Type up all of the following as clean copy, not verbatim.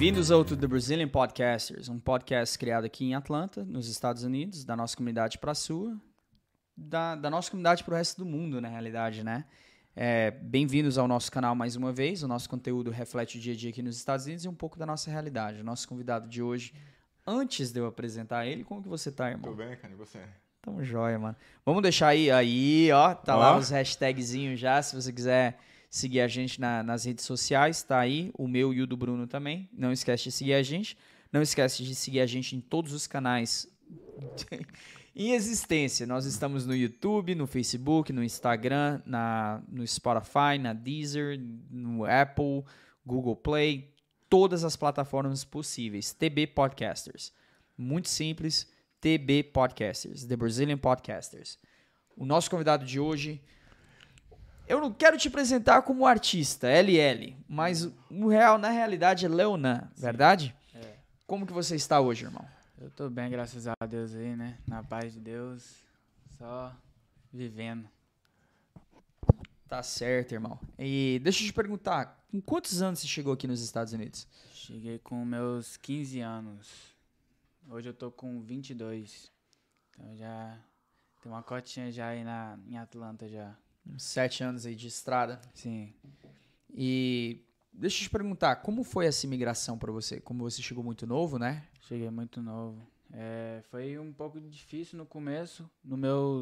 Bem-vindos ao The Brazilian Podcasters, um podcast criado aqui em Atlanta, nos Estados Unidos, da nossa comunidade para a sua, da nossa comunidade para o resto do mundo, na realidade, né? Bem-vindos ao nosso canal mais uma vez. O nosso conteúdo reflete o dia a dia aqui nos Estados Unidos e um pouco da nossa realidade. O nosso convidado de hoje, antes de eu apresentar ele, como que você tá, irmão? Tudo bem, cara, e você? Tamo jóia, mano. Vamos deixar aí, ó, tá lá os hashtagzinhos já, se você quiser seguir a gente nas redes sociais, tá aí, o meu e o do Bruno também. Não esquece de seguir a gente. Não esquece de seguir a gente em todos os canais em existência. Nós estamos no YouTube, no Facebook, no Instagram, no Spotify, na Deezer, no Apple, Google Play, todas as plataformas possíveis. TB Podcasters. Muito simples, TB Podcasters, The Brazilian Podcasters. O nosso convidado de hoje, eu não quero te apresentar como artista, LL, mas na realidade é Leonan, verdade? É. Como que você está hoje, irmão? Eu tô bem, graças a Deus aí, né? Na paz de Deus, só vivendo. Tá certo, irmão. E deixa eu te perguntar, com quantos anos você chegou aqui nos Estados Unidos? Cheguei com meus 15 anos. Hoje eu tô com 22. Então já tem uma cotinha já aí em Atlanta já. Uns 7 anos aí de estrada. Sim. E deixa eu te perguntar, como foi essa imigração pra você? Como você chegou muito novo, né? Cheguei muito novo. Foi um pouco difícil no começo, no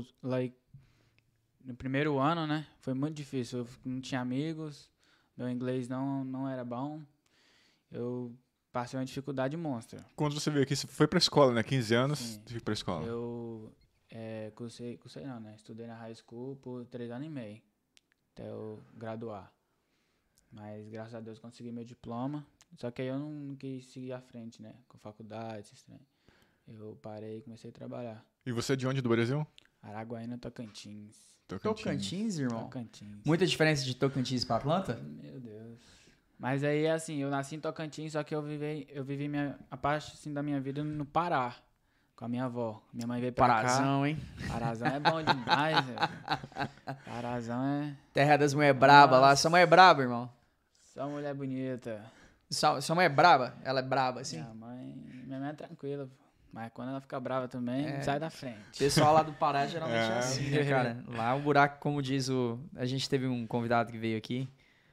primeiro ano, né? Foi muito difícil. Eu não tinha amigos, meu inglês não era bom. Eu passei uma dificuldade monstra. Quando você veio aqui, você foi pra escola, né? 15 anos, Sim. você foi pra escola. Eu cursei não, né? Estudei na high school por 3 anos e meio, até eu graduar. Mas graças a Deus consegui meu diploma. Só que aí eu não quis seguir à frente, né? Com faculdade, esses trem. Eu parei e comecei a trabalhar. E você é de onde do Brasil? Araguaína, Tocantins. Tocantins, irmão? Tocantins. Muita diferença de Tocantins pra Atlanta? Meu Deus. Mas aí, assim, eu nasci em Tocantins, só que eu vivi a parte assim, da minha vida no Pará, com a minha avó. Minha mãe veio pra Parazão, hein? cá. Parazão é bom demais, velho. Parazão é... Terra das mulheres braba lá. Sua mãe é braba, irmão? Só mulher bonita. Sua mãe é braba? Ela é braba, assim? Minha mãe é tranquila, pô. Mas quando ela fica brava também, sai da frente. O pessoal lá do Pará geralmente é assim, né, cara? Lá o buraco, como diz o... A gente teve um convidado que veio aqui,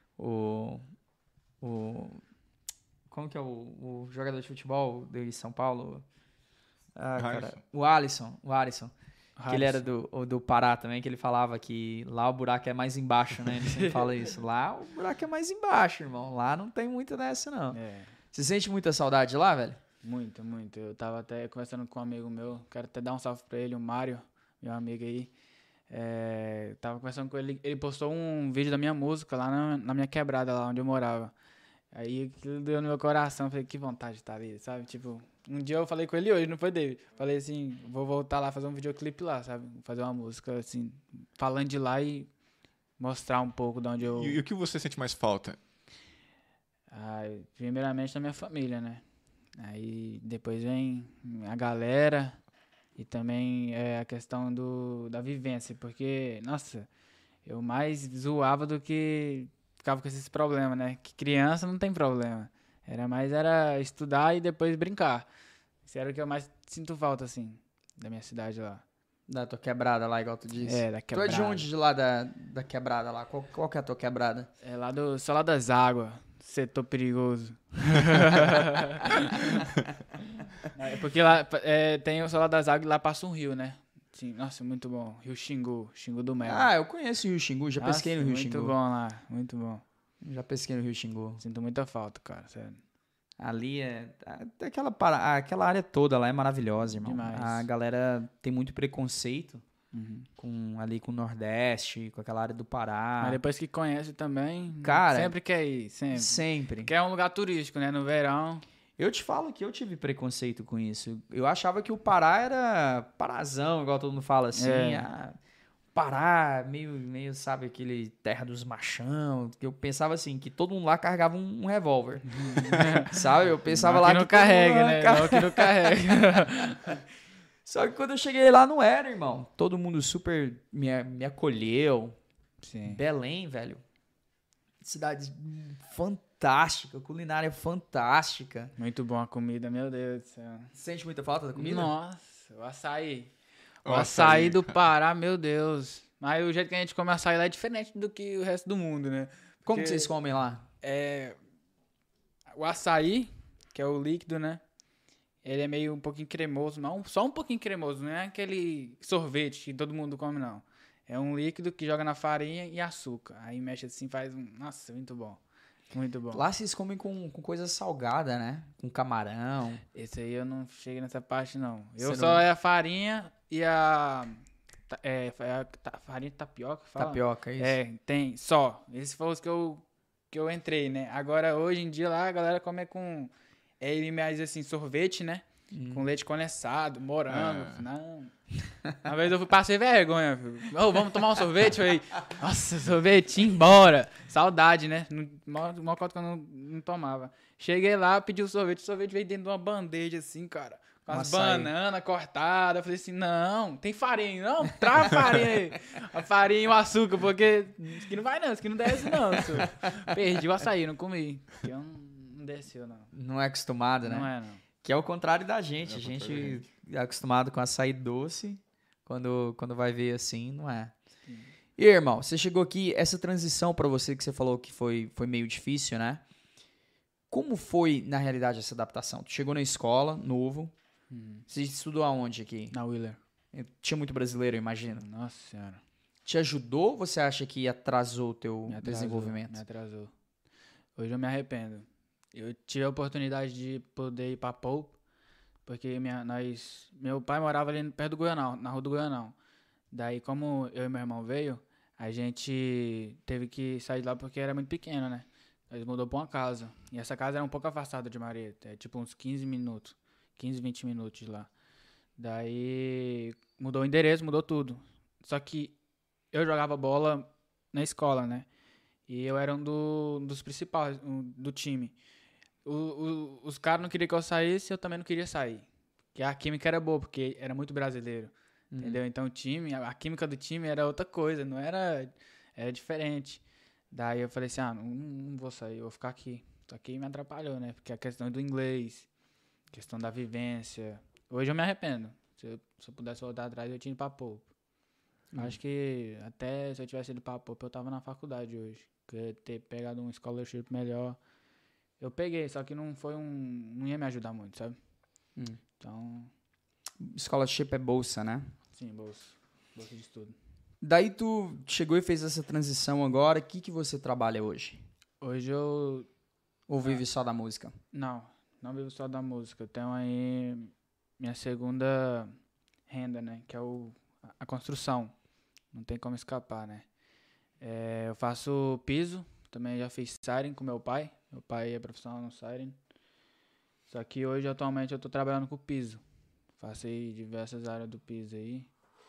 como que é o jogador de futebol de São Paulo? Cara, o Alisson. Que ele era do Pará também, que ele falava que lá o buraco é mais embaixo, né? Ele sempre fala isso. Lá o buraco é mais embaixo, irmão. Lá não tem muito dessa, não. Você sente muita saudade de lá, velho? Muito, muito. Eu tava até conversando com um amigo meu, quero até dar um salve pra ele, o Mário, meu amigo aí. Tava conversando com ele, ele postou um vídeo da minha música lá na minha quebrada, lá onde eu morava. Aí aquilo deu no meu coração, falei, que vontade de estar ali, sabe? Tipo, um dia eu falei com ele hoje, não foi dele. Falei assim, vou voltar lá, fazer um videoclipe lá, sabe? Fazer uma música, assim, falando de lá e mostrar um pouco de onde eu... E o que você sente mais falta? Primeiramente da minha família, né? Aí depois vem a galera e também a questão da vivência, porque, nossa, eu mais zoava do que ficava com esses problemas, né? Que criança não tem problema. Era estudar e depois brincar. Isso era o que eu mais sinto falta, assim, da minha cidade lá. Da tua quebrada lá, igual tu disse. Da quebrada. Tu é de onde de lá da quebrada lá? Qual que é a tua quebrada? É lá só lá das águas. Setor perigoso. Porque lá tem o Solar das Águas e lá passa um rio, né? Sim, nossa, muito bom. Rio Xingu do Mel. Eu conheço o Rio Xingu, já pesquei no Rio Xingu. Muito bom lá, muito bom. Já pesquei no Rio Xingu. Sinto muita falta, cara, sério. Ali aquela área toda lá é maravilhosa, irmão. Demais. A galera tem muito preconceito com o Nordeste, com aquela área do Pará. Mas depois que conhece também, cara, sempre quer ir, sempre. Porque é um lugar turístico, né? No verão. Eu te falo que eu tive preconceito com isso. Eu achava que o Pará era parazão, igual todo mundo fala assim. Pará, meio, sabe, aquele terra dos machão. Eu pensava assim, que todo mundo lá carregava um revólver. Sabe? Eu pensava não lá que não carrega, né? Não que não carrega. Só que quando eu cheguei lá não era, irmão. Todo mundo super me acolheu. Sim. Belém, velho. Cidade fantástica. fantástica, culinária fantástica. Muito bom a comida, meu Deus do céu. Sente muita falta da comida? Nossa, o açaí. O O açaí açaí. do Pará, meu Deus. Mas o jeito que a gente come açaí lá é diferente do que o resto do mundo, né? Como Porque que vocês comem lá? o açaí, que é o líquido, né? Ele é meio um pouquinho cremoso, mas só um pouquinho cremoso, não é aquele sorvete que todo mundo come, não. É um líquido que joga na farinha e açúcar. Aí mexe assim, faz um... Nossa, muito bom. Muito bom. Lá vocês comem com coisa salgada, né? Com camarão. Esse aí eu não cheguei nessa parte, não. Eu Você só não- é a farinha e a... farinha de tapioca, fala? Tapioca, é isso? É, tem, só. Esse foi os que eu entrei, né? Agora, hoje em dia, lá, a galera come com... ele mais, assim, sorvete, né? Com leite condensado, morango. Não. Uma vez eu passei vergonha, filho. Ô, vamos tomar um sorvete? Eu falei, nossa, sorvete, embora. Saudade, né? Uma cota que eu não tomava. Cheguei lá, pedi o sorvete veio dentro de uma bandeja, assim, cara. Com Um as açaí. bananas cortadas. Eu falei assim, não, tem farinha. Não, traz a farinha aí. A farinha e o açúcar, porque isso aqui não vai não, isso aqui não desce não, senhor. Perdi o açaí, não comi. Porque eu não desceu, não. Não é acostumado, né? Não é, não. Que é o contrário da gente. É A o contrário da gente é acostumado com açaí doce. Quando vai ver assim, não é. E, irmão, você chegou aqui, essa transição pra você que você falou que foi meio difícil, né? Como foi, na realidade, essa adaptação? Tu chegou na escola, novo. Você estudou aonde aqui? Na Wheeler. Tinha muito brasileiro, eu imagino. Nossa senhora. Te ajudou ou você acha que atrasou o teu Me atrasou, desenvolvimento? Me atrasou. Hoje eu me arrependo. Eu tive a oportunidade de poder ir pra Poupa, porque meu pai morava ali perto do Goianão, na rua do Goianão. Daí, como eu e meu irmão veio, a gente teve que sair de lá porque era muito pequeno, né? Nós mudou pra uma casa. E essa casa era um pouco afastada de Marieta, é tipo uns 15 minutos, 15, 20 minutos de lá. Daí, mudou o endereço, mudou tudo. Só que eu jogava bola na escola, né? E eu era dos principais do time. Os caras não queriam que eu saísse, eu também não queria sair. Porque a química era boa, porque era muito brasileiro. Entendeu? Então o time, a química do time era outra coisa, não era. Era diferente. Daí eu falei assim, não vou sair, eu vou ficar aqui. Só que me atrapalhou, né? Porque a questão do inglês, questão da vivência. Hoje eu me arrependo. Se eu pudesse voltar atrás, eu tinha ido pra Poupa. Acho que até se eu tivesse ido pra Poupa, eu tava na faculdade hoje. Que eu ia ter pegado um scholarship melhor. Eu peguei, só que não ia me ajudar muito, sabe? Então, Scholarship é bolsa, né? sim, bolsa de estudo. Daí tu chegou e fez essa transição agora. O que você trabalha hoje? Hoje eu... Ou vive só da música? Não vivo só da música. Eu tenho aí minha segunda renda, né? Que é a construção. Não tem como escapar, né? Eu faço piso. Também já fiz siren com meu pai. Meu pai é profissional no siren. Só que hoje, atualmente, eu tô trabalhando com piso. Faço aí diversas áreas do piso aí.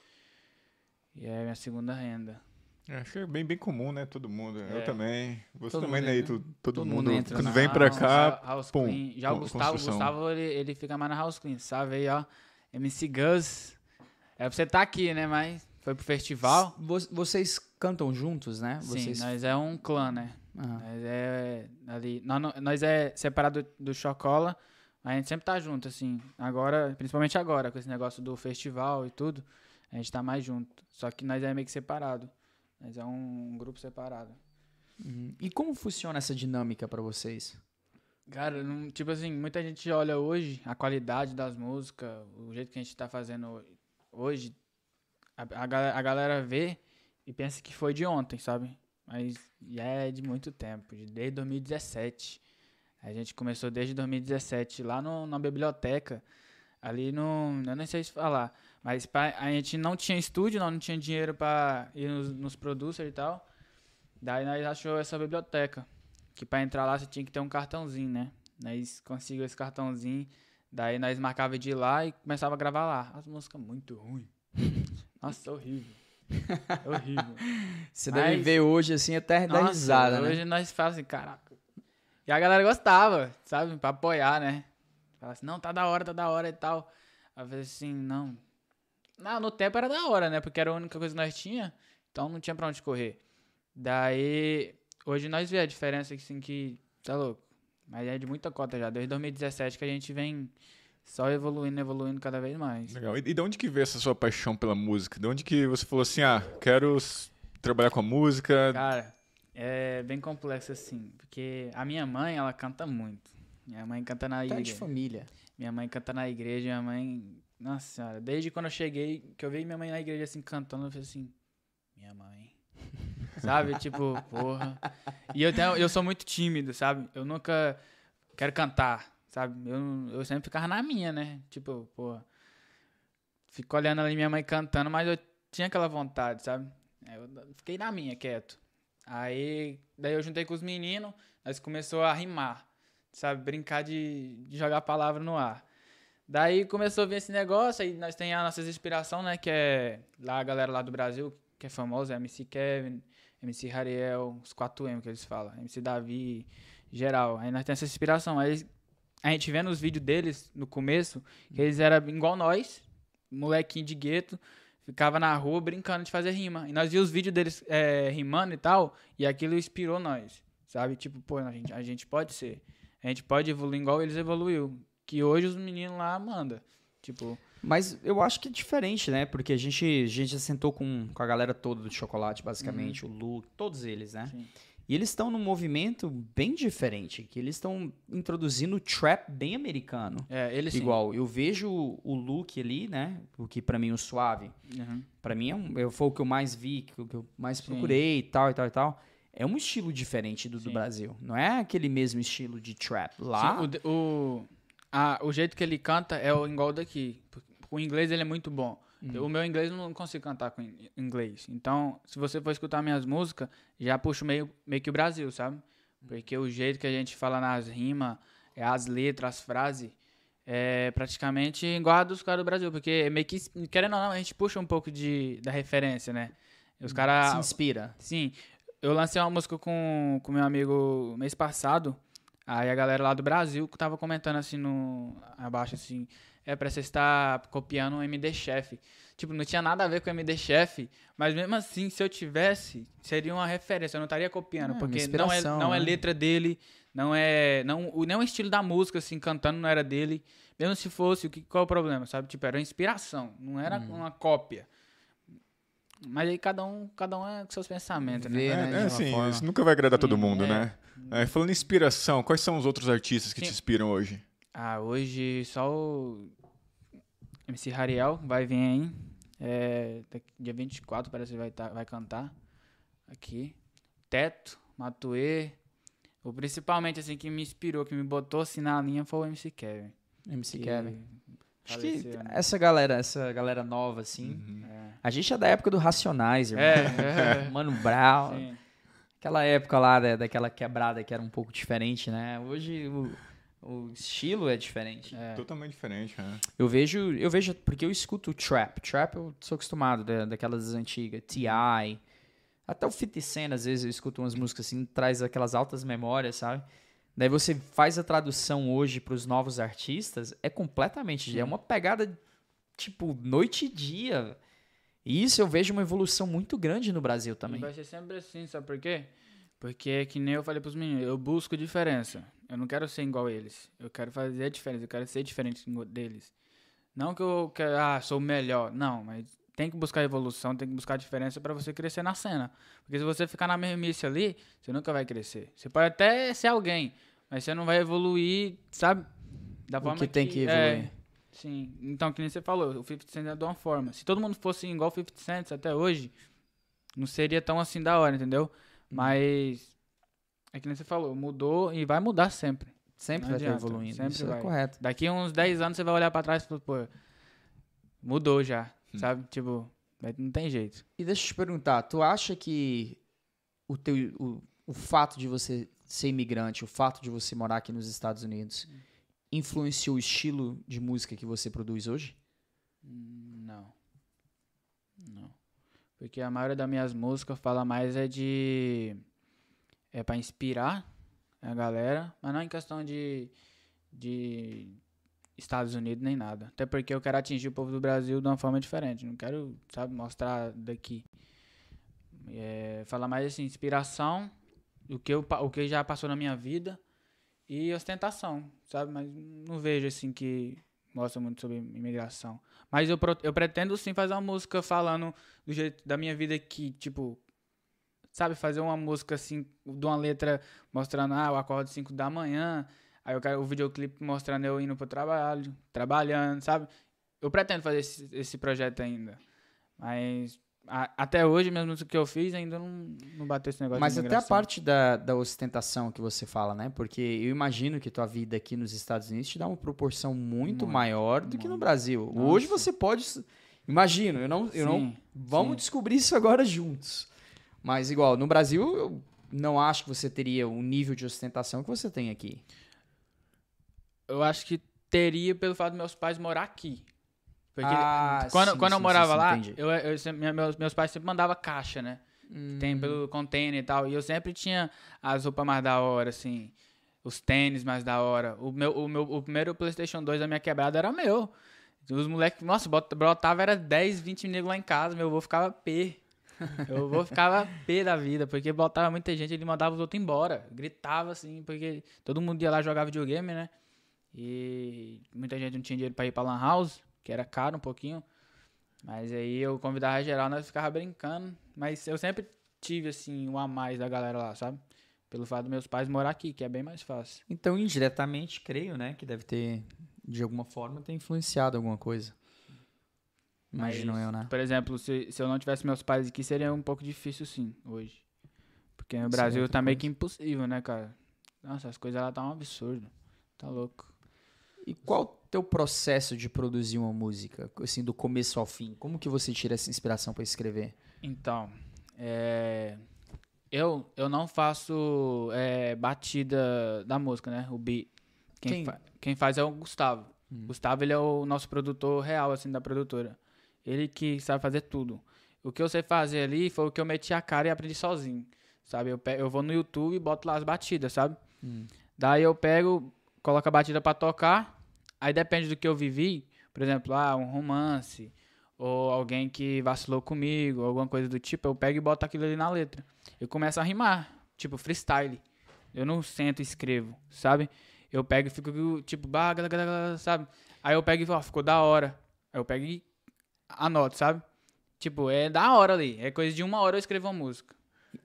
E é minha segunda renda. Acho que é bem comum, né? Todo mundo. Eu É. também. Você Todo também, mundo né? entra. Todo Todo mundo. mundo entra Quando na vem pra cá, House pum, Clean. Já o Gustavo, construção. ele fica mais na House Clean, sabe aí, ó. MC Gus. É pra você tá aqui, né? Mas foi pro festival. Vocês cantam juntos, né? Sim, Vocês... nós é um clã, né? Aham. Nós é ali. Nós é separado do Chocola, mas a gente sempre tá junto, assim. Agora, principalmente agora, com esse negócio do festival e tudo, a gente tá mais junto. Só que nós é meio que separado. Nós é um grupo separado. E como funciona essa dinâmica pra vocês? Cara, tipo assim, muita gente olha hoje a qualidade das músicas, o jeito que a gente tá fazendo hoje, a galera vê e pensa que foi de ontem, sabe? Mas já é de muito tempo, desde 2017. A gente começou desde 2017 lá na biblioteca, ali eu nem sei se falar, mas a gente não tinha estúdio, não tinha dinheiro pra ir nos producers e tal. Daí nós achou essa biblioteca, que pra entrar lá você tinha que ter um cartãozinho, né? Nós conseguimos esse cartãozinho, daí nós marcava de ir lá e começava a gravar lá. As músicas muito ruins. Nossa, horrível. Horrível. Você deve Mas- ver hoje, assim, até dar risada, né? hoje nós falamos assim, caraca. E a galera gostava, sabe? Pra apoiar, né? Fala assim, não, tá da hora e tal. Aí eu falei assim, não. Não, no tempo era da hora, né? Porque era a única coisa que nós tinha, então não tinha pra onde correr. Daí, hoje nós vemos a diferença, assim, que Tá louco. Mas é de muita cota já. Desde 2017 que a gente vem só evoluindo cada vez mais. Legal. E de onde que veio essa sua paixão pela música? De onde que você falou assim, quero trabalhar com a música? Cara, é bem complexo assim. Porque a minha mãe, ela canta muito. Minha mãe canta na Tá de igreja. família. Minha mãe canta na igreja. Minha mãe... Nossa senhora. Desde quando eu cheguei, que eu vi minha mãe na igreja assim cantando, eu falei assim... Minha mãe... Sabe? Tipo, porra. E eu sou muito tímido, sabe? Eu nunca quero cantar, sabe? Eu sempre ficava na minha, né? Tipo, porra. Fico olhando ali minha mãe cantando, mas eu tinha aquela vontade, sabe? Eu fiquei na minha, quieto. Daí eu juntei com os meninos, nós começou a rimar, sabe? Brincar de jogar a palavra no ar. Daí começou a vir esse negócio, aí nós tem as nossas inspirações, né? Que é lá a galera lá do Brasil, que é famosa, MC Kevin, MC Hariel, os 4M que eles falam, MC Davi, geral. Aí nós temos essa inspiração. Aí a gente vendo os vídeos deles no começo, que eles eram igual nós, molequinho de gueto, ficava na rua brincando de fazer rima. E nós víamos os vídeos deles rimando e tal, e aquilo inspirou nós, sabe? Tipo, pô, a gente pode ser. A gente pode evoluir igual eles evoluiu. Que hoje os meninos lá mandam. Tipo... Mas eu acho que é diferente, né? Porque a gente já sentou com a galera toda do Chocolate, basicamente, o Luke, todos eles, né? Sim. E eles estão num movimento bem diferente, que eles estão introduzindo o trap bem americano. Eles sim. Igual, eu vejo o Luke ali, né? O que pra mim o Suave, Uhum. pra mim foi o que eu mais vi, que eu mais Sim. procurei e tal, e tal, e tal. É um estilo diferente do Sim. Brasil. Não é aquele mesmo estilo de trap. Lá, Sim, o jeito que ele canta é o igual daqui. O inglês ele é muito bom. O meu inglês eu não consigo cantar com inglês. Então, se você for escutar minhas músicas, já puxo meio que o Brasil, sabe? Porque o jeito que a gente fala nas rimas, as letras, as frases, é praticamente igual a dos caras do Brasil. Porque é meio que, querendo ou não, a gente puxa um pouco da referência, né? Os se caras... inspira. Sim. Eu lancei uma música com meu amigo mês passado. Aí a galera lá do Brasil tava comentando assim abaixo assim, pra você estar copiando o MD Chef. Tipo, não tinha nada a ver com o MD Chef, mas mesmo assim, se eu tivesse, seria uma referência, eu não estaria copiando, porque não é né? letra dele, não é o estilo da música assim, cantando não era dele. Mesmo se fosse, qual é o problema, sabe? Tipo, era uma inspiração, não era uma cópia. Mas aí cada um é com seus pensamentos, né? Vê, né, de uma Assim, forma. isso nunca vai agradar todo Sim, mundo, né? Falando em inspiração, quais são os outros artistas que te inspiram hoje? Hoje só o MC Hariel vai vir aí. Dia 24 parece que vai cantar aqui. Teto, Matuê. O principalmente assim que me inspirou, que me botou assim na linha foi o MC Kevin. MC que Kevin. Acho que faleceu, né? essa galera nova, assim. É. A gente é da época do Racionais, irmão. Mano Brown. Sim. Aquela época lá daquela quebrada que era um pouco diferente, né? Hoje o estilo é diferente. Totalmente diferente, né? Eu vejo, porque eu escuto trap. Trap eu sou acostumado, daquelas antigas. T.I. Até o 50 Cent, às vezes eu escuto umas músicas assim, traz aquelas altas memórias, sabe? Daí você faz a tradução hoje pros novos artistas, é completamente... É uma pegada, tipo, noite e dia. E isso eu vejo uma evolução muito grande no Brasil E também. vai ser sempre assim, sabe por quê? Porque é que nem eu falei pros meninos, eu busco diferença. Eu não quero ser igual a eles. Eu quero fazer a diferença, eu quero ser diferente deles. Não que eu sou o melhor. Não, mas tem que buscar evolução, tem que buscar diferença pra você crescer na cena. Porque se você ficar na mesmice ali, você nunca vai crescer. Você pode até ser alguém, mas você não vai evoluir, sabe? Da forma que tem que evoluir. Sim. Então, que nem você falou, o 50 Cent é de uma forma. Se todo mundo fosse igual o 50 Cent até hoje, não seria tão assim da hora, entendeu? Mas é que nem você falou, mudou e vai mudar sempre. Sempre Não vai estar adianta, evoluindo. sempre Isso vai. é correto. Daqui uns 10 anos você vai olhar pra trás e falar, pô, mudou já, sabe? Tipo, não tem jeito. E deixa eu te perguntar, tu acha que o fato de você ser imigrante, o fato de você morar aqui nos Estados Unidos, influenciou o estilo de música que você produz hoje? Não. Porque a maioria das minhas músicas fala mais é pra inspirar a galera, mas não em questão de Estados Unidos nem nada. Até porque eu quero atingir o povo do Brasil de uma forma diferente. Não quero, sabe, mostrar daqui. Falar mais assim, inspiração, o que já passou na minha vida e ostentação, sabe? Mas não vejo, assim, que mostra muito sobre imigração. Mas eu pretendo, sim, fazer uma música falando do jeito da minha vida que, tipo, sabe? Fazer uma música, assim, de uma letra mostrando, eu acordo 5 da manhã, aí eu quero o videoclipe mostrando eu indo pro trabalho, trabalhando, sabe? Eu pretendo fazer esse projeto ainda. Mas até hoje, mesmo o que eu fiz, ainda não bateu esse negócio Mas de até a imigração. parte da ostentação que você fala, né? Porque eu imagino que tua vida aqui nos Estados Unidos te dá uma proporção muito maior do que no Brasil. Nossa. Hoje você pode... Imagino, eu não... Vamos descobrir isso agora juntos. Mas igual, no Brasil, eu não acho que você teria o nível de ostentação que você tem aqui. Eu acho que teria pelo fato de meus pais morar aqui. Porque quando eu morava lá, meus pais sempre mandavam caixa, né? Tem pelo container e tal. E eu sempre tinha as roupas mais da hora, assim. Os tênis mais da hora. O primeiro PlayStation 2 da minha quebrada era meu. Os moleques, nossa, brotava, era 10, 20 negros lá em casa. Meu avô ficava pé. Meu avô ficava pé da vida, porque botava muita gente, ele mandava os outros embora. Gritava, assim, porque todo mundo ia lá jogar videogame, né? E muita gente não tinha dinheiro pra ir pra Lan House, que era caro um pouquinho. Mas aí eu convidava geral, nós ficava brincando. Mas eu sempre tive, assim, um a mais da galera lá, sabe? Pelo fato dos meus pais morar aqui, que é bem mais fácil. Então, indiretamente, creio, né? Que deve ter, de alguma forma, ter influenciado alguma coisa. Imagino eu, né? Por exemplo, se eu não tivesse meus pais aqui, seria um pouco difícil, sim, hoje. Porque no Brasil tá meio que impossível, né, cara? Nossa, as coisas lá tá um absurdo. Tá louco. E qual o teu processo de produzir uma música, assim, do começo ao fim? Como que você tira essa inspiração pra escrever? Então, eu não faço batida da música, né? O beat. Quem faz é o Gustavo. Gustavo, ele é o nosso produtor real, assim, da produtora. Ele que sabe fazer tudo. O que eu sei fazer ali foi o que eu meti a cara e aprendi sozinho, sabe? Eu vou no YouTube e boto lá as batidas, sabe? Daí eu pego, coloco a batida pra tocar, aí depende do que eu vivi, por exemplo, um romance, ou alguém que vacilou comigo, alguma coisa do tipo, eu pego e boto aquilo ali na letra. Eu começo a rimar, tipo freestyle. Eu não sento e escrevo, sabe? Eu pego e fico tipo, sabe? Aí eu pego e ficou da hora. Aí eu pego e anoto, sabe? Tipo, é da hora ali. É coisa de 1 hora eu escrevo uma música.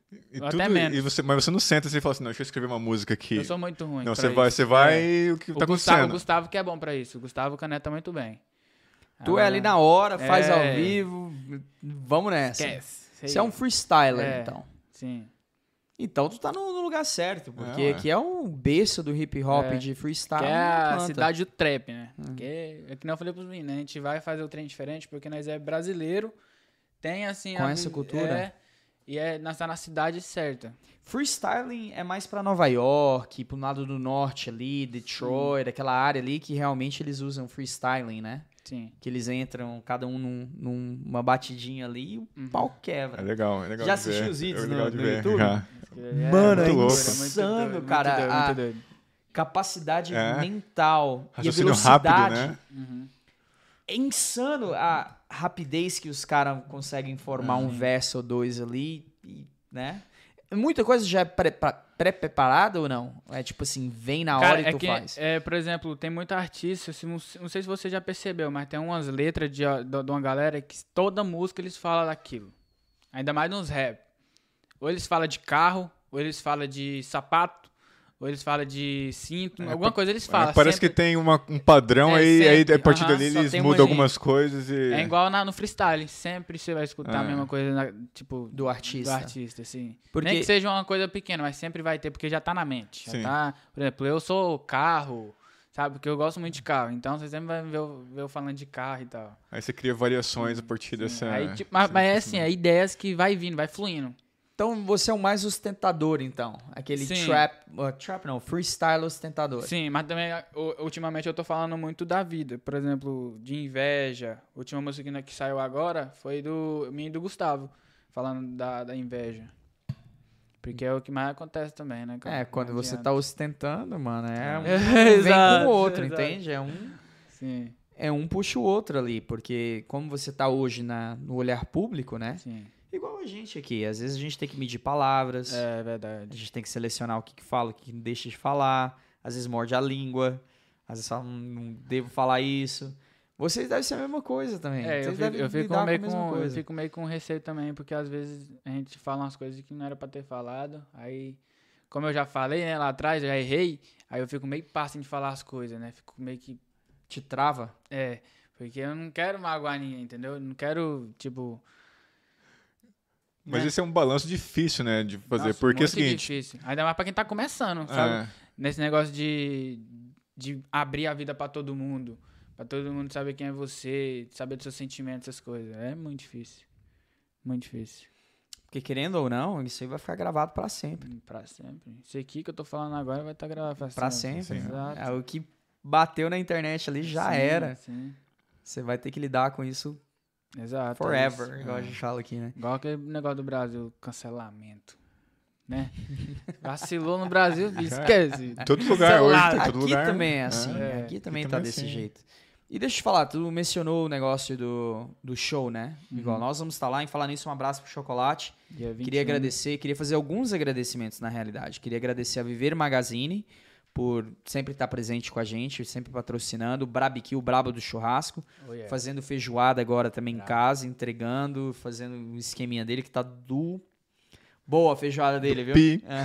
Até menos. Mas você não senta e fala assim, não, deixa eu escrever uma música aqui. Eu sou muito ruim. Não, você vai o que tá acontecendo. O Gustavo que é bom pra isso. O Gustavo caneta muito bem. Tu é ali na hora, faz ao vivo, vamos nessa. Esquece. Você é um freestyler, então. Sim. Então tu tá no lugar certo, porque aqui é um berço do hip hop de freestyle. Que é a cidade do trap, né? Que é que não eu falei pros meninos, né? A gente vai fazer o trem diferente porque nós é brasileiro, tem assim... Conhece a cultura. E tá na cidade certa. Freestyling é mais pra Nova York, pro lado do norte ali, Detroit, aquela área ali que realmente eles usam freestyling, né? Sim. Que eles entram, cada um numa batidinha ali e o pau quebra. É legal. Já assistiu os vídeos no YouTube? Já. Mano, é louco. insano, cara. Muito doido. Capacidade mental e a raciocínio velocidade. rápido, né? É insano a rapidez que os caras conseguem formar um verso ou dois ali, né? Muita coisa já é pré-preparada ou não? É tipo assim, vem na hora e tu faz. Por exemplo, tem muita artista, não sei se você já percebeu, mas tem umas letras de uma galera que toda música eles falam daquilo. Ainda mais nos rap. Ou eles falam de carro, ou eles falam de sapato, ou eles falam de cinto, alguma coisa eles falam. Parece sempre. Que tem um padrão, aí a partir dali eles mudam algumas coisas e... É igual no freestyle, sempre você vai escutar a mesma coisa, tipo... Do artista, sim. Porque... Nem que seja uma coisa pequena, mas sempre vai ter, porque já tá na mente. Já tá, por exemplo, eu sou carro, sabe? Porque eu gosto muito de carro, então você sempre vai ver eu falando de carro e tal. Aí você cria variações a partir dessa... Aí, mas é assim, é ideias que vai vindo, vai fluindo. Então você é o mais ostentador, então. Aquele freestyle ostentador. Sim, mas também, ultimamente eu tô falando muito da vida. Por exemplo, de inveja. A última música que saiu agora foi do Gustavo, falando da inveja. Porque é o que mais acontece também, né, cara? Quando você tá ostentando, mano, vem exato, com o outro, exato. entende? Sim. É um puxa o outro ali, porque como você tá hoje no olhar público, né? Sim. Igual a gente aqui. Às vezes a gente tem que medir palavras. É verdade. A gente tem que selecionar o que fala, o que deixa de falar. às vezes morde a língua, às vezes fala, não devo falar isso. Vocês devem ser a mesma coisa também. Vocês devem lidar com a mesma coisa. Eu fico meio com receio também, porque às vezes a gente fala umas coisas que não era pra ter falado, aí, como eu já falei, né, lá atrás, eu já errei, aí eu fico meio passo de falar as coisas, né, fico meio que... Te trava? Porque eu não quero magoar ninguém, entendeu? Eu não quero, tipo... Mas né? esse é um balanço difícil, né, de fazer, Nossa, porque é o muito seguinte... difícil. Ainda mais pra quem tá começando, sabe? Nesse negócio de abrir a vida pra todo mundo saber quem é você, saber dos seus sentimentos, essas coisas. É muito difícil. Muito difícil. Porque querendo ou não, isso aí vai ficar gravado pra sempre. Pra sempre. Isso aqui que eu tô falando agora vai estar gravado Pra sempre. Exato. É o que bateu na internet ali, já era. Sim. Você vai ter que lidar com isso Exato. forever, igual a gente fala aqui, né? Igual aquele negócio do Brasil, cancelamento. Né? Vacilou no Brasil, esquece. Todo lugar hoje, tem todo Aqui lugar. também é assim, aqui também tá desse jeito. E deixa eu te falar, tu mencionou o negócio do show, né? Igual, nós vamos estar lá. Em falar nisso, um abraço pro Chocolate. Dia 21. Queria agradecer, queria fazer alguns agradecimentos na realidade. Queria agradecer a Viver Magazine por sempre estar presente com a gente, sempre patrocinando. O Brabiqui, o Brabo do Churrasco, fazendo feijoada agora também em casa, entregando, fazendo um esqueminha dele que tá boa a feijoada dele, viu?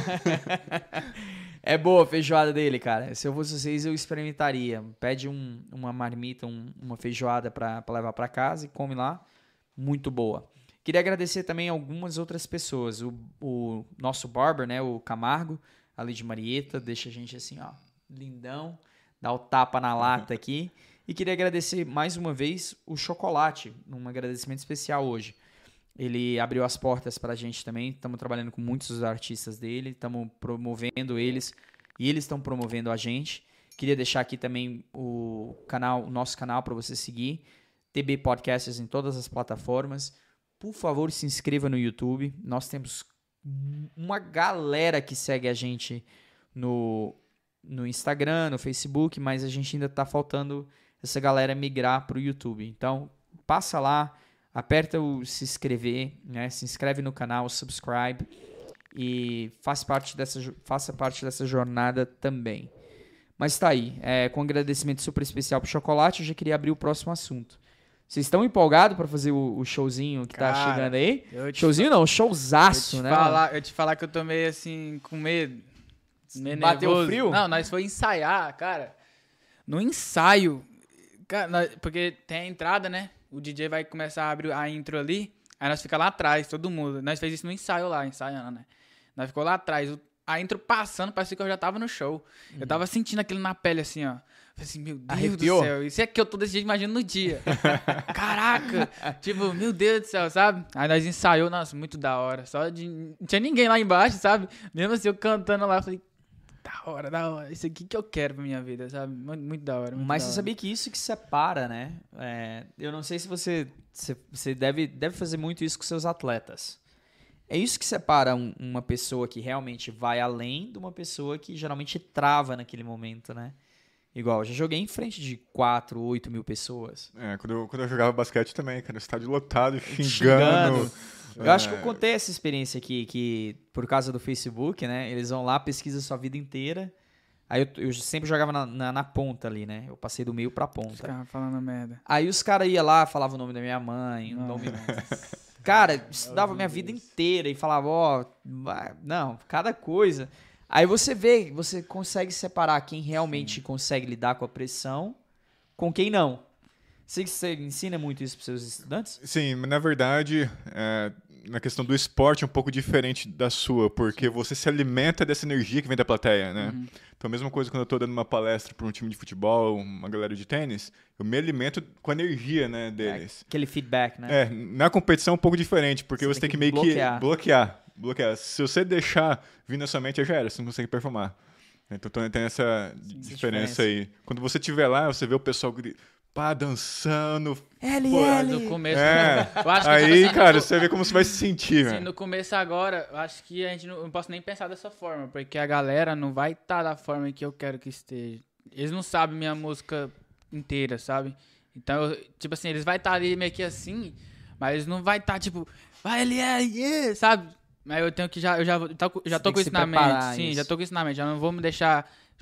É boa a feijoada dele, cara. Se eu fosse vocês, eu experimentaria. Pede uma marmita, uma feijoada pra levar pra casa e come lá. Muito boa. Queria agradecer também algumas outras pessoas. O nosso barber, né? O Camargo, ali de Marieta, deixa a gente assim, ó, lindão. Dá o tapa na lata aqui. E queria agradecer mais uma vez o Chocolate. Um agradecimento especial hoje. Ele abriu as portas pra gente também. Estamos trabalhando com muitos dos artistas dele. Estamos promovendo eles. E eles estão promovendo a gente. Queria deixar aqui também o nosso canal para você seguir. TB Podcasts em todas as plataformas. Por favor, se inscreva no YouTube. Nós temos uma galera que segue a gente no Instagram, no Facebook. Mas a gente ainda está faltando essa galera migrar para o YouTube. Então, passa lá. Aperta o se inscrever, né? Se inscreve no canal, subscribe e faça parte dessa jornada também. Mas tá aí, com um agradecimento super especial pro Chocolate, eu já queria abrir o próximo assunto. Vocês estão empolgados para fazer o showzinho que tá chegando aí? Showzinho não, showzaço, né? Eu te falar que eu tô meio assim, com medo. Meio Bateu nervoso. frio? Não, nós foi ensaiar, cara. No ensaio, cara, porque tem a entrada, né? O DJ vai começar a abrir a intro ali, aí nós fica lá atrás, todo mundo. Nós fez isso no ensaio lá, ensaiando, né? Nós ficou lá atrás, a intro passando, parecia que eu já tava no show. Eu tava sentindo aquilo na pele, assim, ó. Falei assim, meu Deus Arrepiou? do céu, isso é que eu tô desse jeito, imagina no dia. Caraca! Tipo, meu Deus do céu, sabe? Aí nós ensaiou, nossa, muito da hora. Não tinha ninguém lá embaixo, sabe? Mesmo assim, eu cantando lá, eu falei, da hora. Isso aqui que eu quero pra minha vida, sabe? Muito da hora. Mas você sabia que isso que separa, né? Eu não sei se você deve fazer muito isso com seus atletas. É isso que separa uma pessoa que realmente vai além de uma pessoa que geralmente trava naquele momento, né? Igual, eu já joguei em frente de 4, 8 mil pessoas. Quando eu jogava basquete também, cara, estádio lotado, xingando. Eu acho que eu contei essa experiência aqui, que por causa do Facebook, né? Eles vão lá, pesquisam sua vida inteira. Aí eu sempre jogava na ponta ali, né? Eu passei do meio pra ponta. Ficava falando merda. Aí os caras iam lá, falavam o nome da minha mãe, o nome... Cara, estudava minha vida inteira e falava, não, cada coisa. Aí você consegue separar quem realmente consegue lidar com a pressão com quem não. Você ensina muito isso para seus estudantes? Sim, mas na verdade, na questão do esporte é um pouco diferente da sua, porque você se alimenta dessa energia que vem da plateia, né? Uhum. Então, a mesma coisa quando eu estou dando uma palestra para um time de futebol, uma galera de tênis, eu me alimento com a energia, né, deles. Aquele feedback, né? Na competição é um pouco diferente, porque você tem que meio bloquear. que bloquear. Se você deixar vir na sua mente, já era, você não consegue performar. Então, tem essa diferença aí. Quando você estiver lá, você vê o pessoal dançando. No começo. Eu acho que, aí, cara, você vê como você vai se sentir, velho. No começo agora, eu acho que a gente não posso nem pensar dessa forma, porque a galera não vai estar da forma que eu quero que esteja. Eles não sabem minha música inteira, sabe? Então, tipo assim, eles vão estar ali meio que assim, mas eles não vai estar, tipo, vai, sabe? Mas eu tenho que já tô com isso na mente. Sim, já tô com isso na mente. Já não vou me deixar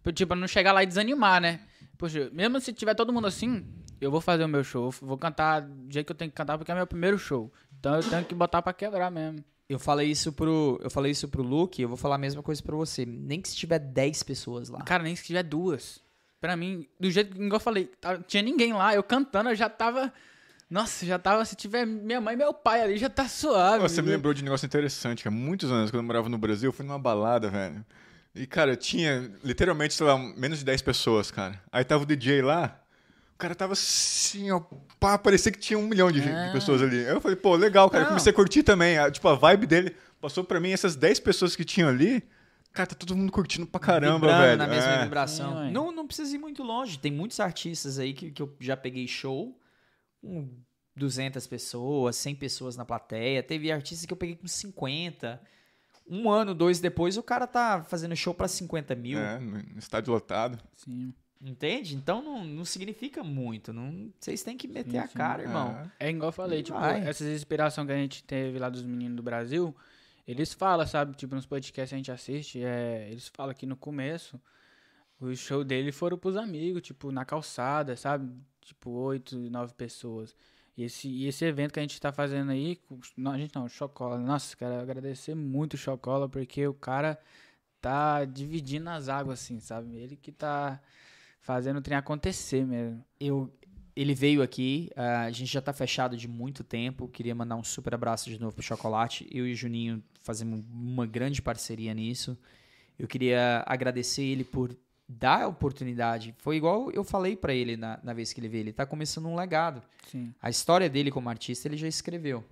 Tipo, não chegar lá e desanimar, né? Poxa, mesmo se tiver todo mundo assim, eu vou fazer o meu show. Eu vou cantar do jeito que eu tenho que cantar, porque é meu primeiro show. Então eu tenho que botar pra quebrar mesmo. Eu falei isso pro Luke, eu vou falar a mesma coisa pra você. Nem que se tiver 10 pessoas lá. Cara, nem se tiver 2. Pra mim, do jeito que eu falei, tinha ninguém lá, eu cantando, eu já tava... Nossa, já tava, se tiver minha mãe e meu pai ali, já tá suave. Você me lembrou de um negócio interessante, que há muitos anos, quando eu morava no Brasil, eu fui numa balada, velho. E, cara, tinha literalmente, sei lá, menos de 10 pessoas, cara. Aí tava o DJ lá, o cara tava assim, ó, pá, parecia que tinha 1 milhão de pessoas ali. Aí eu falei, pô, legal, cara. Eu comecei a curtir também. Tipo, a vibe dele passou pra mim, essas 10 pessoas que tinham ali. Cara, tá todo mundo curtindo pra caramba, Vibrando velho. na mesma vibração. Sim, não precisa ir muito longe. Tem muitos artistas aí que eu já peguei show com 200 pessoas, 100 pessoas na plateia. Teve artistas que eu peguei com 50. 1 ano, 2 depois, o cara tá fazendo show pra 50 mil. No estádio lotado. Sim. Entende? Então não significa muito. Vocês têm que meter a cara, irmão. É igual eu falei, E tipo, vai. essas inspirações que a gente teve lá dos meninos do Brasil, eles falam, sabe? Tipo, nos podcasts que a gente assiste, eles falam que no começo, os shows dele foram pros amigos, tipo, na calçada, sabe? Tipo, 8, 9 pessoas. E esse evento que a gente tá fazendo aí, não, a gente não, o Chocola. Nossa, quero agradecer muito o Chocola, porque o cara tá dividindo as águas, assim, sabe? Ele que tá fazendo o trem acontecer mesmo. Ele veio aqui, a gente já tá fechado de muito tempo. Queria mandar um super abraço de novo pro Chocolate. Eu e o Juninho fazemos uma grande parceria nisso. Eu queria agradecer ele por dar a oportunidade. Foi igual eu falei pra ele na vez que ele veio. Ele tá começando um legado. Sim. A história dele como artista, ele já escreveu.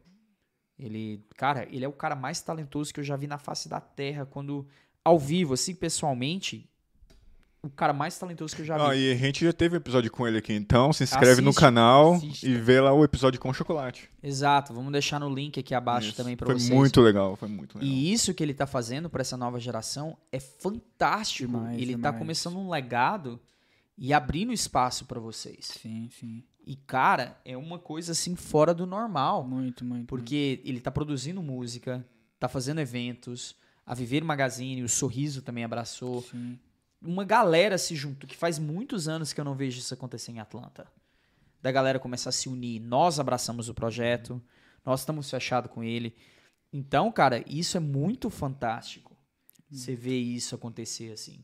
Ele é o cara mais talentoso que eu já vi na face da terra. Quando, ao vivo, assim, pessoalmente, o cara mais talentoso que eu já vi. E a gente já teve um episódio com ele aqui, então se inscreve no Assiste, canal assista. e vê lá o episódio com chocolate. Exato, vamos deixar no link aqui abaixo Isso. também pra Foi vocês. muito legal, foi muito legal. E isso que ele tá fazendo pra essa nova geração é fantástico. Demais, Ele tá demais. começando um legado e abrindo espaço pra vocês. Sim, sim. E, cara, é uma coisa assim fora do normal. Muito, muito. Porque ele tá produzindo música, tá fazendo eventos, a Viver Magazine, o Sorriso também abraçou. Sim. Uma galera se juntou, que faz muitos anos que eu não vejo isso acontecer em Atlanta. Da galera começar a se unir. Nós abraçamos o projeto, nós estamos fechados com ele. Então, cara, isso é muito fantástico. Você vê isso acontecer assim.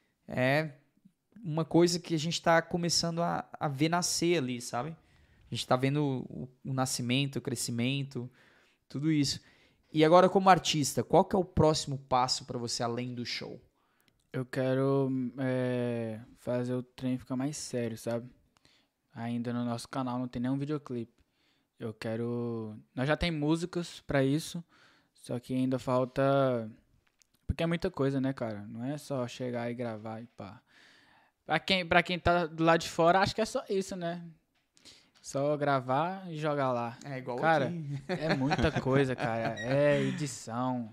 É uma coisa que a gente tá começando a ver nascer ali, sabe? A gente tá vendo o nascimento, o crescimento, tudo isso. E agora, como artista, qual que é o próximo passo pra você além do show? Eu quero fazer o trem ficar mais sério, sabe? Ainda no nosso canal não tem nenhum videoclipe. Eu quero... Nós já tem músicas pra isso, só que ainda falta... Porque é muita coisa, né, cara? Não é só chegar e gravar e pá. Pra quem tá do lado de fora, acho que é só isso, né? Só gravar e jogar lá. É igual Cara, aqui. é muita coisa, cara. É edição.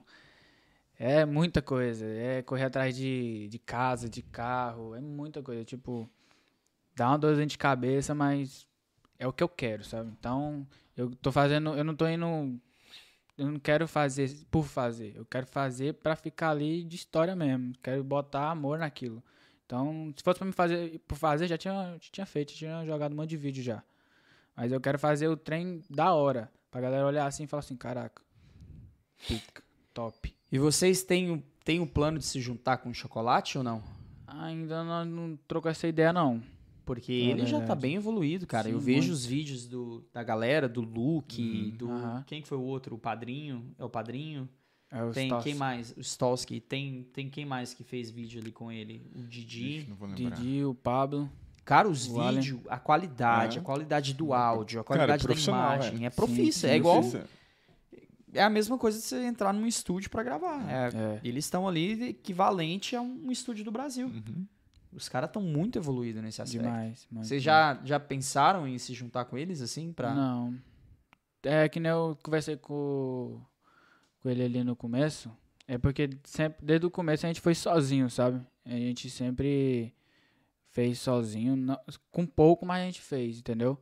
É muita coisa. É correr atrás de casa, de carro. É muita coisa. Tipo, dá uma dorzinha de cabeça, mas é o que eu quero, sabe? Então, eu tô fazendo... Eu não tô indo... Eu não quero fazer por fazer. Eu quero fazer pra ficar ali de história mesmo. Quero botar amor naquilo. Então, se fosse pra me fazer por fazer, já tinha feito. Tinha jogado um monte de vídeo já. Mas eu quero fazer o trem da hora. Pra galera olhar assim e falar assim, caraca, pica, top. E vocês têm o plano de se juntar com o Chocolate ou não? Ainda não trocou essa ideia, não. Porque É ele já tá verdade. bem evoluído, cara. Sim, Eu vejo muito. os vídeos da galera, do Luke, do... Aham. Quem que foi o outro? O Padrinho? É o Padrinho? É o Tem Stoss. quem mais? O Stolsky. Tem quem mais que fez vídeo ali com ele? O Didi. Ixi, não vou lembrar. Didi, o Pablo. Cara, os O Allen. vídeos, a qualidade do áudio, a qualidade da profissional, imagem. velho. É profissa. Sim, É igual... Precisa. É a mesma coisa de você entrar num estúdio pra gravar. É. Eles estão ali equivalente a um estúdio do Brasil. Uhum. Os caras estão muito evoluídos nesse aspecto. Demais. muito. Vocês já pensaram em se juntar com eles, assim, pra... Não. É que nem eu conversei com ele ali no começo. É porque sempre, desde o começo a gente foi sozinho, sabe? A gente sempre fez sozinho. Com pouco, mas a gente fez, entendeu?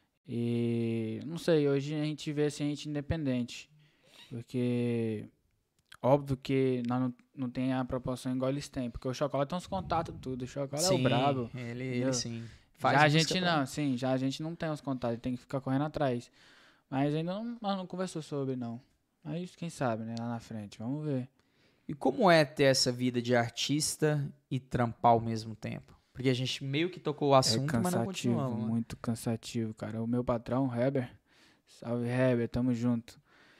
E não sei, hoje a gente vê assim, a gente independente. Porque óbvio que nós não tem a proporção igual eles têm. Porque o Chocola tem uns contatos tudo. O Chocola é Sim, o brabo. ele sim. Já a gente música pra- não, sim. Já a gente não tem os contatos. Tem que ficar correndo atrás. Mas ainda não conversou sobre, não. Mas quem sabe, né? Lá na frente. Vamos ver. E como é ter essa vida de artista e trampar ao mesmo tempo? Porque a gente meio que tocou o assunto, mas não continuamos. Né? Muito cansativo, cara. O meu patrão, o Heber, salve Heber, tamo junto.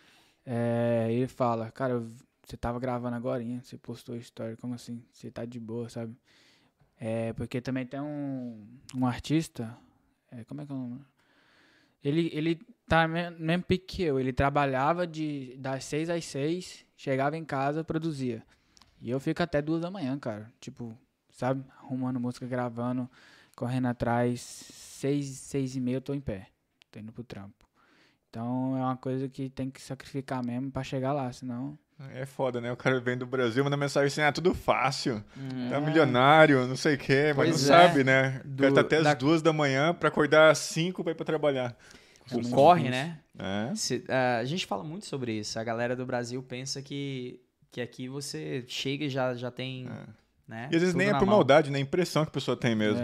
Ele fala, cara, você tava gravando agorinha, você postou história, como assim? Você tá de boa, sabe? Porque também tem um artista, como é que é o nome? Ele tá no mesmo pique que eu, ele trabalhava das 6 às 6, chegava em casa, produzia. E eu fico até 2 da manhã, cara, tipo, sabe? Arrumando música, gravando, correndo atrás, 6h30 eu tô em pé, tô indo pro trampo. Então é uma coisa que tem que sacrificar mesmo pra chegar lá, senão... É foda, né? O cara vem do Brasil, manda mensagem assim, tudo fácil. Tá milionário, não sei o quê, mas Pois não é. sabe, né? O cara tá até as 2 da manhã pra acordar às 5 pra ir pra trabalhar. O corre, né? É. A gente fala muito sobre isso. A galera do Brasil pensa que aqui você chega e já tem... Né, E às vezes tudo nem é na por mão. maldade, né? É a impressão que a pessoa tem mesmo.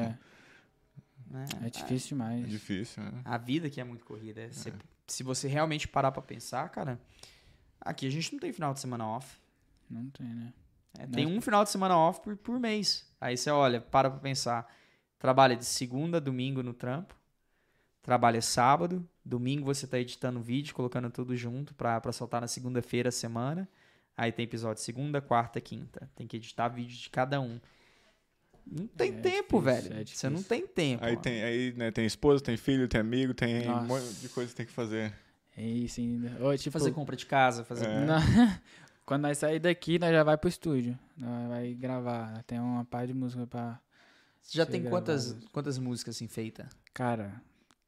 É difícil demais. É difícil, né? A vida aqui é muito corrida. Se você realmente parar pra pensar, cara, aqui a gente não tem final de semana off. Não tem, né? Tem um final de semana off por mês. Aí você olha, para pra pensar. Trabalha de segunda a domingo no trampo. Trabalha sábado. Domingo você tá editando vídeo, colocando tudo junto pra soltar na segunda-feira a semana. Aí tem episódio segunda, quarta, quinta. Tem que editar vídeo de cada um. Não tem tempo, difícil, velho. Você não tem tempo. Aí né, tem esposa, tem filho, tem amigo, tem um Nossa. monte de coisa que tem que fazer. É isso ainda. Ou, tipo, Fazer compra de casa, fazer... quando nós sair daqui, nós já vai pro estúdio. Nós vai gravar. Tem uma par de música pra... Você já ser tem gravada. quantas músicas assim feitas? Cara,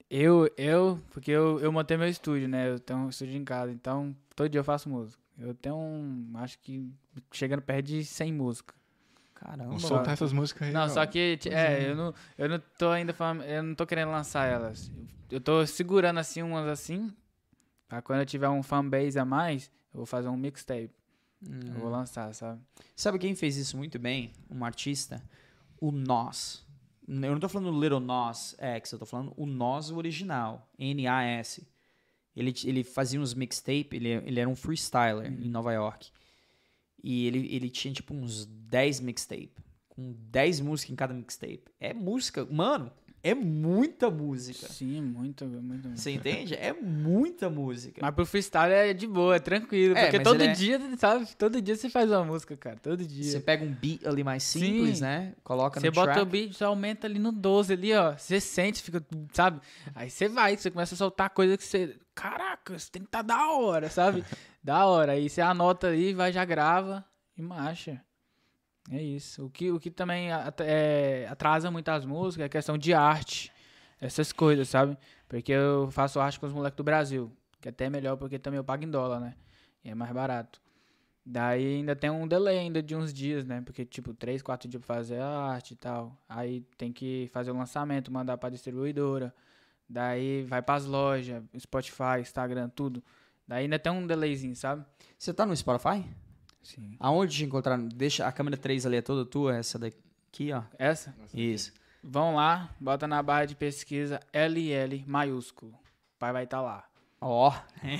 porque eu montei meu estúdio, né? Eu tenho um estúdio em casa, então todo dia eu faço música. Eu tenho acho que chegando perto de 100 músicas. Caramba. Vamos soltar essas músicas aí. Não, ó. só que eu não tô ainda falando, eu não tô querendo lançar elas. Eu tô segurando assim umas assim, pra quando eu tiver um fanbase a mais, eu vou fazer um mixtape. Eu vou lançar, sabe? Sabe quem fez isso muito bem? Um artista? O Nas. Eu não tô falando Little Nas X, eu tô falando o Nas original. Nas. Ele fazia uns mixtape, ele era um freestyler em Nova York. E ele tinha tipo uns 10 mixtape. Com 10 músicas em cada mixtape. É música, mano, é muita música. Sim, muito. Você entende? É muita música. Mas pro freestyle é de boa, é tranquilo. É, Porque mas todo ele é- dia, sabe? Todo dia você faz uma música, cara. Todo dia. Você pega um beat ali mais simples, Sim. né? Coloca Você no bota track. o beat, você aumenta ali no 12 ali, ó. Você sente, fica, sabe? Aí você começa a soltar coisa que você... Caraca, isso tem que estar da hora, sabe? Da hora. Aí você anota ali, vai, já grava e marcha. É isso. O que também atrasa muito as músicas é a questão de arte. Essas coisas, sabe? Porque eu faço arte com os moleques do Brasil. Que até é melhor porque também eu pago em dólar, né? E é mais barato. Daí ainda tem um delay ainda de uns dias, né? Porque, tipo, 3, 4 dias pra fazer a arte e tal. Aí tem que fazer o lançamento, mandar pra distribuidora. Daí vai pras lojas, Spotify, Instagram, tudo. Daí ainda tem um delayzinho, sabe? Você tá no Spotify? Sim. Aonde te encontrar? Deixa a câmera 3 ali, é toda tua, essa daqui, ó. Essa? Isso. Vão lá, bota na barra de pesquisa LL maiúsculo. O pai vai estar lá. Ó.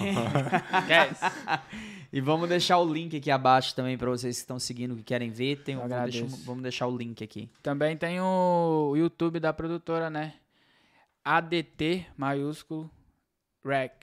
Yes. E vamos deixar o link aqui abaixo também pra vocês que estão seguindo, que querem ver. Eu agradeço. Vamos deixar o link aqui. Também tem o YouTube da produtora, né? ADT maiúsculo REC.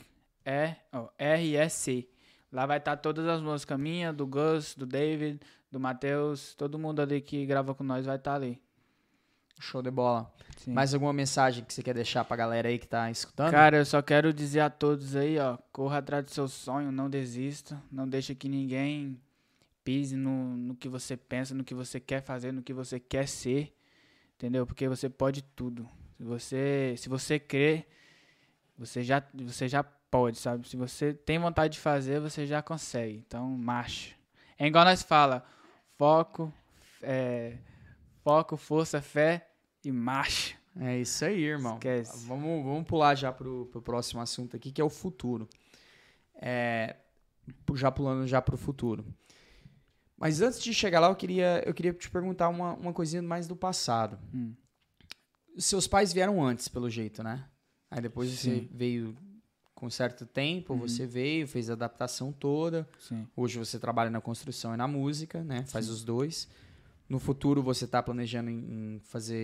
REC. Lá vai estar todas as músicas minhas, do Gus, do David, do Matheus. Todo mundo ali que grava com nós vai estar ali. Show de bola. Sim. Mais alguma mensagem que você quer deixar pra galera aí que tá escutando? Cara, eu só quero dizer a todos aí, ó, corra atrás do seu sonho, não desista, não deixe que ninguém pise no que você pensa, no que você quer fazer, no que você quer ser, entendeu? Porque você pode tudo. Se você crer, você já pode, sabe? Se você tem vontade de fazer, você já consegue. Então, marcha. É igual nós fala, foco, força, fé e marcha. É isso aí, irmão. Esquece. Vamos pular já pro próximo assunto aqui, que é o futuro. Já pulando já pro futuro. Mas antes de chegar lá, eu queria te perguntar uma coisinha mais do passado. Seus pais vieram antes, pelo jeito, né? Aí depois você veio com certo tempo, você veio, fez a adaptação toda. Sim. Hoje você trabalha na construção e na música, né? Faz os dois. No futuro você está planejando em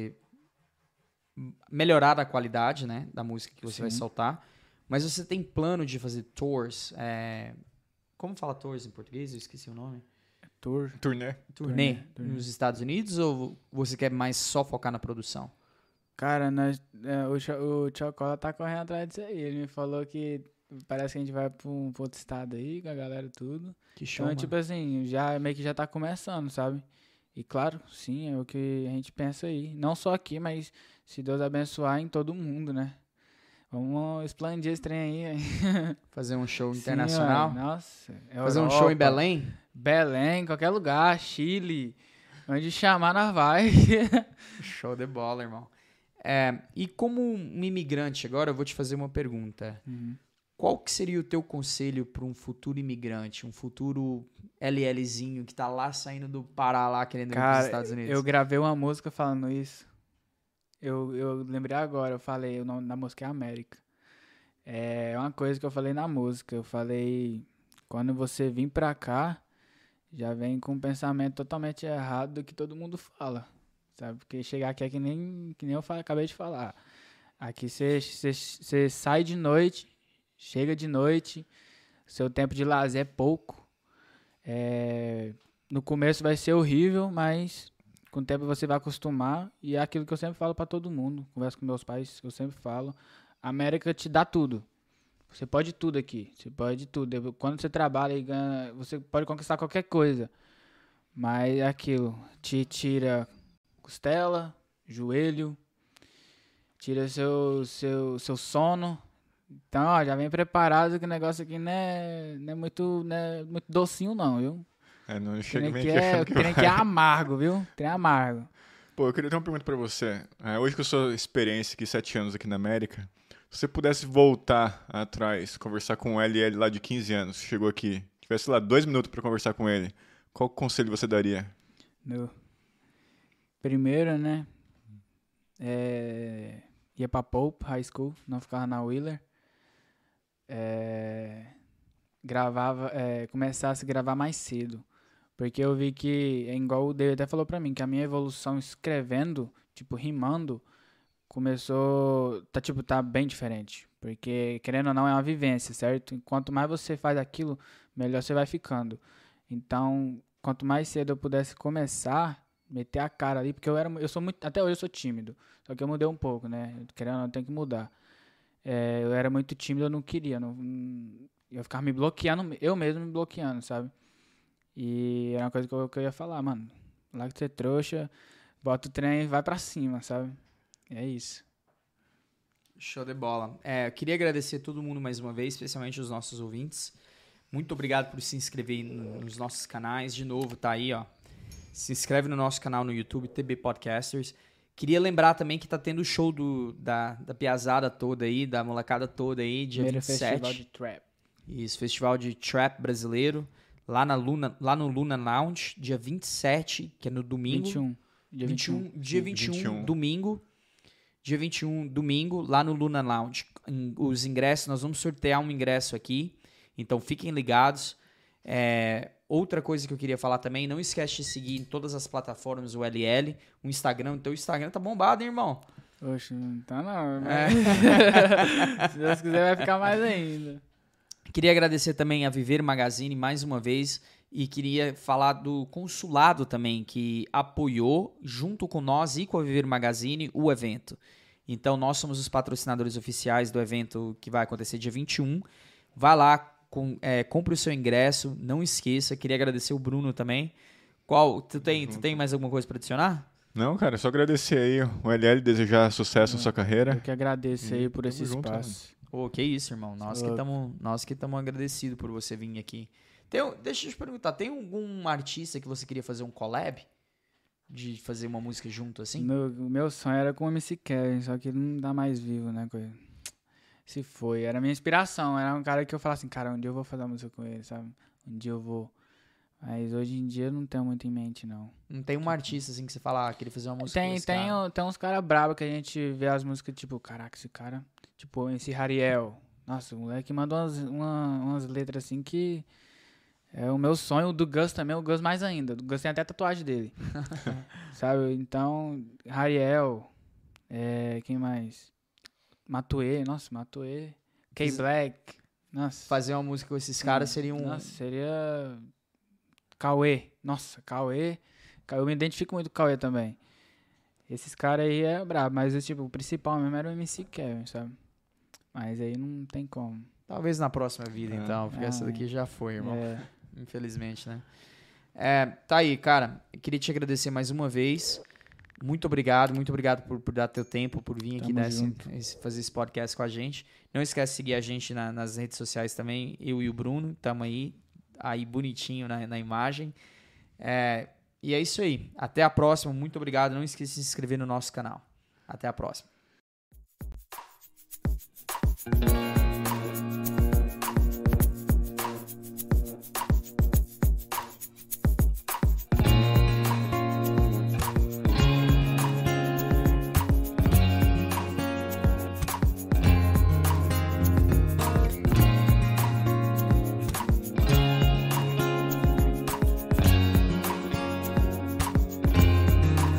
melhorar a qualidade, né, da música que você vai soltar. Mas você tem plano de fazer tours? Como fala tours em português? Eu esqueci o nome. Turnê. Nos Estados Unidos, ou você quer mais só focar na produção? Cara, o Chocola tá correndo atrás disso aí. Ele me falou que parece que a gente vai pra um outro estado aí, com a galera e tudo. Que show, Então, tipo assim, meio que já tá começando, sabe? E claro, sim, é o que a gente pensa aí. Não só aqui, mas se Deus abençoar em todo mundo, né? Vamos expandir esse trem aí. Fazer um show Sim, internacional? mano, nossa. Fazer um show em Belém? Belém, qualquer lugar, Chile. Onde chamar, nós vai. Show de bola, irmão. E como um imigrante, agora eu vou te fazer uma pergunta. Qual que seria o teu conselho para um futuro imigrante? Um futuro LLzinho que tá lá saindo do Pará, lá querendo ir para os Estados Unidos? Eu gravei uma música falando isso. Eu lembrei agora, eu falei, o nome da música é América. É uma coisa que eu falei na música. Eu falei, quando você vir pra cá, já vem com um pensamento totalmente errado do que todo mundo fala. Sabe? Porque chegar aqui é que nem eu acabei de falar. Aqui você sai de noite, chega de noite, seu tempo de lazer é pouco. No começo vai ser horrível, mas com o tempo você vai acostumar. E é aquilo que eu sempre falo pra todo mundo. Converso com meus pais, eu sempre falo. A América te dá tudo. Você pode tudo aqui. Você pode tudo. Quando você trabalha e ganha, você pode conquistar qualquer coisa. Mas é aquilo. Te tira costela, joelho. Tira seu sono. Então, ó, já vem preparado que o negócio aqui não é muito docinho não, viu? Não chega bem aqui. Trem que é amargo, viu? Trem amargo. Pô, eu queria ter uma pergunta pra você. Hoje com a sua experiência aqui, 7 anos aqui na América, se você pudesse voltar atrás, conversar com o LL lá de 15 anos, chegou aqui, tivesse lá 2 minutos pra conversar com ele, qual conselho você daria? Primeiro, né? Ia pra Pope High School, não ficava na Wheeler. Começasse a gravar mais cedo. Porque eu vi que, é igual o David até falou pra mim, que a minha evolução escrevendo, tipo, rimando, começou, tá bem diferente. Porque, querendo ou não, é uma vivência, certo? E quanto mais você faz aquilo, melhor você vai ficando. Então, quanto mais cedo eu pudesse começar, meter a cara ali, porque eu sou muito, até hoje eu sou tímido. Só que eu mudei um pouco, né? Querendo ou não, eu tenho que mudar. Eu era muito tímido, eu não queria. Eu ficava me bloqueando, eu mesmo me bloqueando, sabe? E era uma coisa que eu ia falar, mano. Lá que você é trouxa, bota o trem e vai pra cima, sabe? É isso. Show de bola. Eu queria agradecer a todo mundo mais uma vez, especialmente os nossos ouvintes. Muito obrigado por se inscrever nos nossos canais. De novo, tá aí, ó. Se inscreve no nosso canal no YouTube, TB Podcasters. Queria lembrar também que tá tendo o show da piazada toda aí, da molecada toda aí, dia 27. Festival de Trap. Isso, festival de Trap brasileiro. Lá no Luna Lounge, dia 27, que é no domingo. Dia 21, domingo. Dia 21, domingo, lá no Luna Lounge. Os ingressos, nós vamos sortear um ingresso aqui. Então, fiquem ligados. Outra coisa que eu queria falar também, não esquece de seguir em todas as plataformas o LL, o Instagram. Então, o Instagram tá bombado, hein, irmão? Oxe, não tá não. Se Deus quiser, vai ficar mais ainda. Queria agradecer também a Viver Magazine mais uma vez e queria falar do consulado também, que apoiou, junto com nós e com a Viver Magazine, o evento. Então, nós somos os patrocinadores oficiais do evento que vai acontecer dia 21. Vai lá, compre o seu ingresso, não esqueça. Queria agradecer o Bruno também. Tu tem mais alguma coisa para adicionar? Não, cara, só agradecer aí o LL, desejar sucesso na sua carreira. Eu que agradeço aí por esse espaço. Que isso, irmão. Nós que estamos agradecidos por você vir aqui. Deixa eu te perguntar, tem algum artista que você queria fazer um collab? De fazer uma música junto, assim? O meu sonho era com o MC Kevin, só que ele não dá mais vivo, né? Se foi. Era a minha inspiração. Era um cara que eu falava assim, cara, um dia eu vou fazer uma música com ele, sabe? Um dia eu vou. Mas hoje em dia eu não tenho muito em mente, não. Não tem um artista assim que você fala, queria fazer uma música com esse Tem cara. uns caras brabos que a gente vê as músicas, tipo, caraca, esse cara... Tipo, esse Hariel. Nossa, o moleque mandou umas letras assim que... É o meu sonho. O do Gus também, o Gus mais ainda. O Gus tem até tatuagem dele. Sabe? Então, Hariel. Quem mais? Matuê. Nossa, Matuê. K-Black. Nossa. Fazer uma música com esses caras seria um... Nossa, seria... Cauê. Nossa, Cauê. Eu me identifico muito com o Cauê também. Esses caras aí é brabo. Mas, tipo, o principal mesmo era o MC Kevin, sabe? Mas aí não tem como. Talvez na próxima vida, então. Porque essa daqui já foi, irmão. Infelizmente, né? Tá aí, cara. Eu queria te agradecer mais uma vez. Muito obrigado por dar teu tempo, por vir aqui fazer esse podcast com a gente. Não esquece de seguir a gente nas redes sociais também. Eu e o Bruno, tamo aí bonitinho na imagem. E é isso aí. Até a próxima. Muito obrigado. Não esqueça de se inscrever no nosso canal. Até a próxima.